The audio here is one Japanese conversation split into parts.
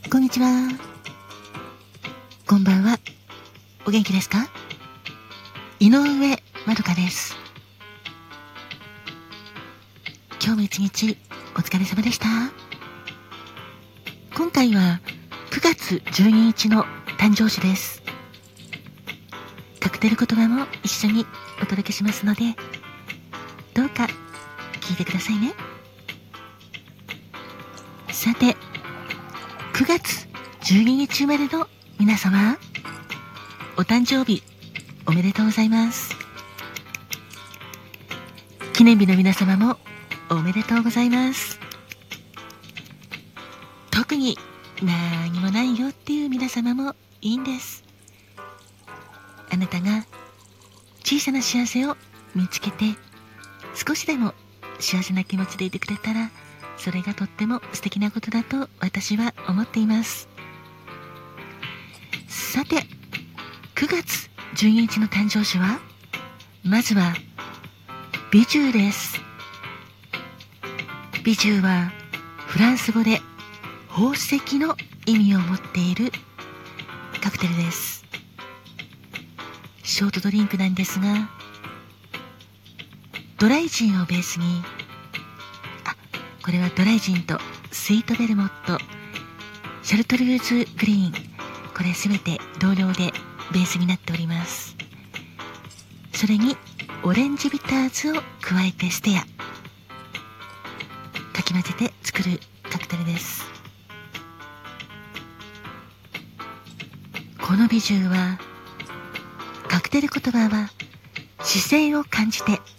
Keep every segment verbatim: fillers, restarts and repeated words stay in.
こんにちは。こんばんは。お元気ですか？井上まどかです。今日も一日お疲れ様でした。今回はくがつじゅうににちの誕生日です。カクテル言葉も一緒にお届けしますので、どうか聞いてくださいね。さて、くがつじゅうににち生まれの皆様、お誕生日おめでとうございます。記念日の皆様もおめでとうございます。特に何もないよっていう皆様もいいんです。あなたが小さな幸せを見つけて、少しでも幸せな気持ちでいてくれたら、それがとっても素敵なことだと私は思っています。さて、くがつじゅうににちの誕生日は、まずはビジューです。ビジューはフランス語で宝石の意味を持っているカクテルです。ショートドリンクなんですが、ドライジンをベースに、あ、これはドライジンとスイートベルモット、シャルトルーズグリーン、これすべて同量でベースになっております。それにオレンジビターズを加えてステア、かき混ぜて作るカクテルです。このビジューは、カクテル言葉は姿勢を感じて、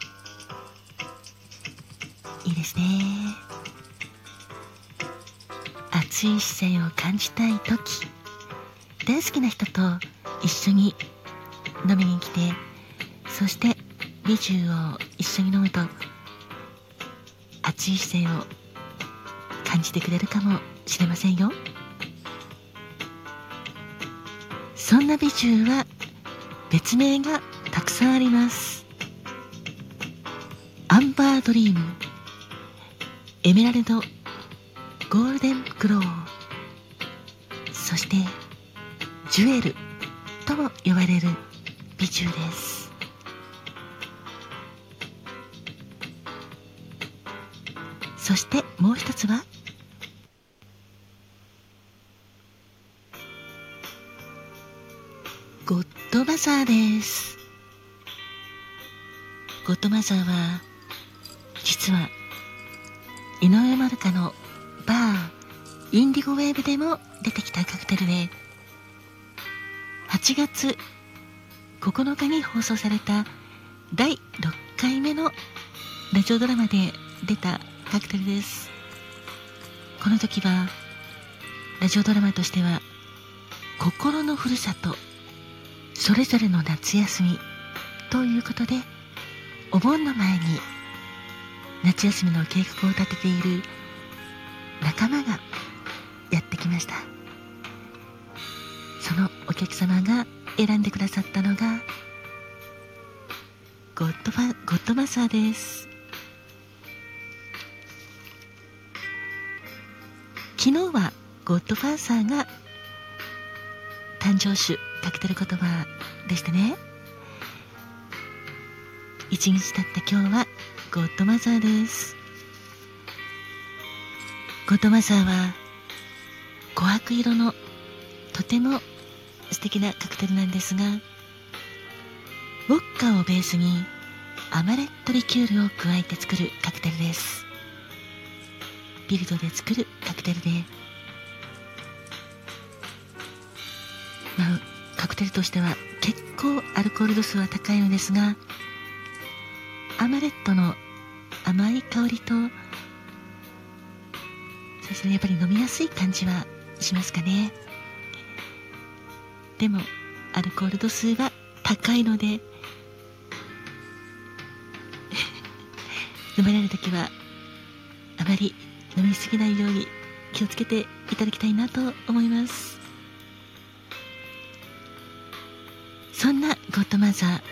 いいですね。熱い視線を感じたいとき、大好きな人と一緒に飲みに来て、そしてビジューを一緒に飲むと、熱い視線を感じてくれるかもしれませんよ。そんなビジューは別名がたくさんあります。アンバードリーム、エメラルド、ゴールデングロー、そしてジュエルとも呼ばれるビジューです。そしてもう一つはゴッドマザーです。ゴッドマザーは実は井上まどかのバーインディゴウェーブでも出てきたカクテルで、はちがつここのかに放送されただいろっかいめのラジオドラマで出たカクテルです。この時はラジオドラマとしては、心のふるさとそれぞれの夏休みということで、お盆の前に夏休みの計画を立てている仲間がやってきました。そのお客様が選んでくださったのがゴッドファゴッドマザーです。昨日はゴッドファーザーが誕生酒カクテル言葉でしたね。一日経った今日はゴッドマザーです。ゴッドマザーは琥珀色のとても素敵なカクテルなんですが、ウォッカをベースにアマレットリキュールを加えて作るカクテルです。ビルドで作るカクテルで、まあ、カクテルとしては結構アルコール度数は高いのですが、アマレットの甘い香りと、そうですね、やっぱり飲みやすい感じはしますかね。でもアルコール度数は高いので飲まれるときはあまり飲みすぎないように気をつけていただきたいなと思います。そんなゴッドマザー、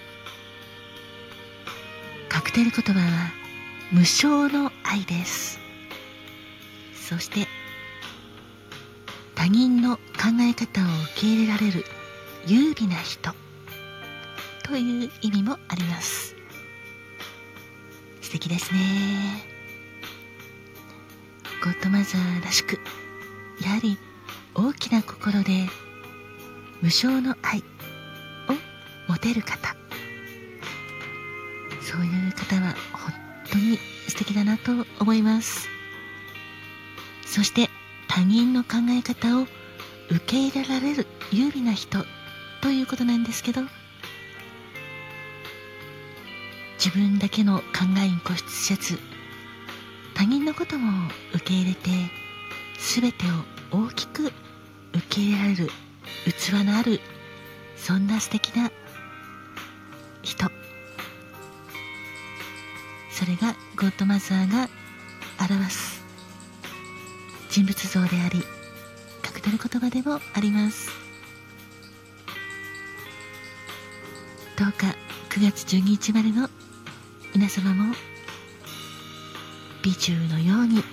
カクテル言葉は無償の愛です。そして他人の考え方を受け入れられる優美な人という意味もあります。素敵ですね。ゴッドマザーらしく、やはり大きな心で無償の愛を持てる方、そういう方は本当に素敵だなと思います。そして他人の考え方を受け入れられる優美な人ということなんですけど、自分だけの考えに固執せず、他人のことも受け入れて、全てを大きく受け入れられる器のある、そんな素敵な人、それがゴッドマザーが表す人物像であり、カクテル言葉でもあります。どうかくがつじゅうににちまでの皆様も美獣のように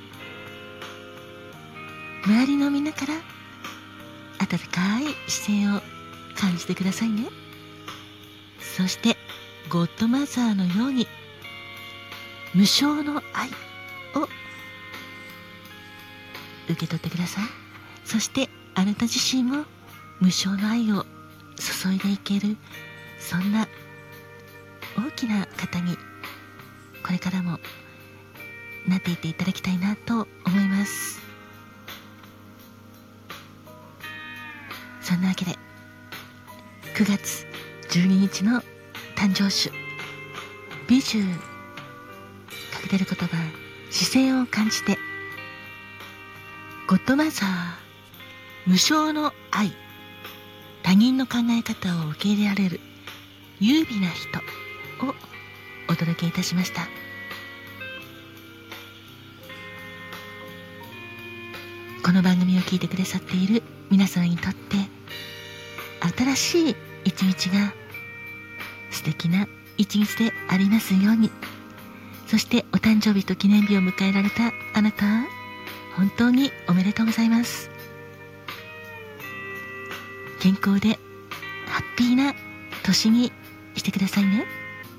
周りのみんなから温かい視線を感じてくださいね。そしてゴッドマザーのように無償の愛を受け取ってください。そしてあなた自身も無償の愛を注いでいける、そんな大きな方にこれからもなっていっていただきたいなと思います。そんなわけでくがつじゅうににちの誕生種美獣カクテル言葉、視線を感じて、ゴッドマザー無償の愛、他人の考え方を受け入れられる優美な人をお届けいたしました。この番組を聞いてくださっている皆様にとって新しい一日が素敵な一日でありますように。そしてお誕生日と記念日を迎えられたあなた、本当におめでとうございます。健康でハッピーな年にしてくださいね。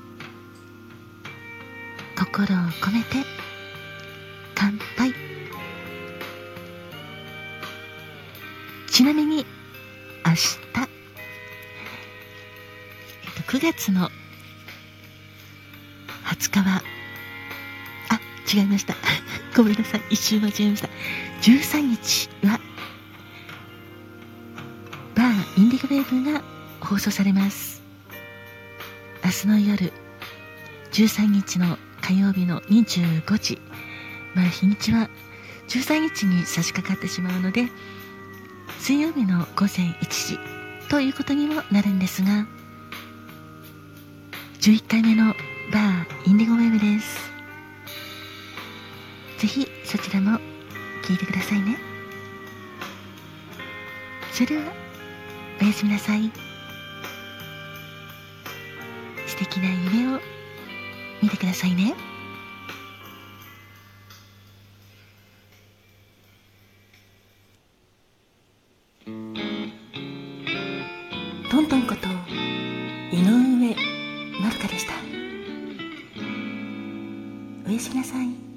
心を込めて乾杯。ちなみに明日、えっと、くがつのはつかは、あ、違いましたごめんなさい、一瞬間違えました。じゅうさんにちはバーインディゴウェーブが放送されます。明日の夜じゅうさんにちの火曜日のにじゅうごじ、まあ日にちはじゅうさんにちに差し掛かってしまうので水曜日のごぜんいちじということにもなるんですが、じゅういっかいめのバーインディゴウェーブです。ぜひそちらも聞いてくださいね。それではおやすみなさい。素敵な夢を見てくださいね。トントンこと井上まるかでした。おやすみなさい。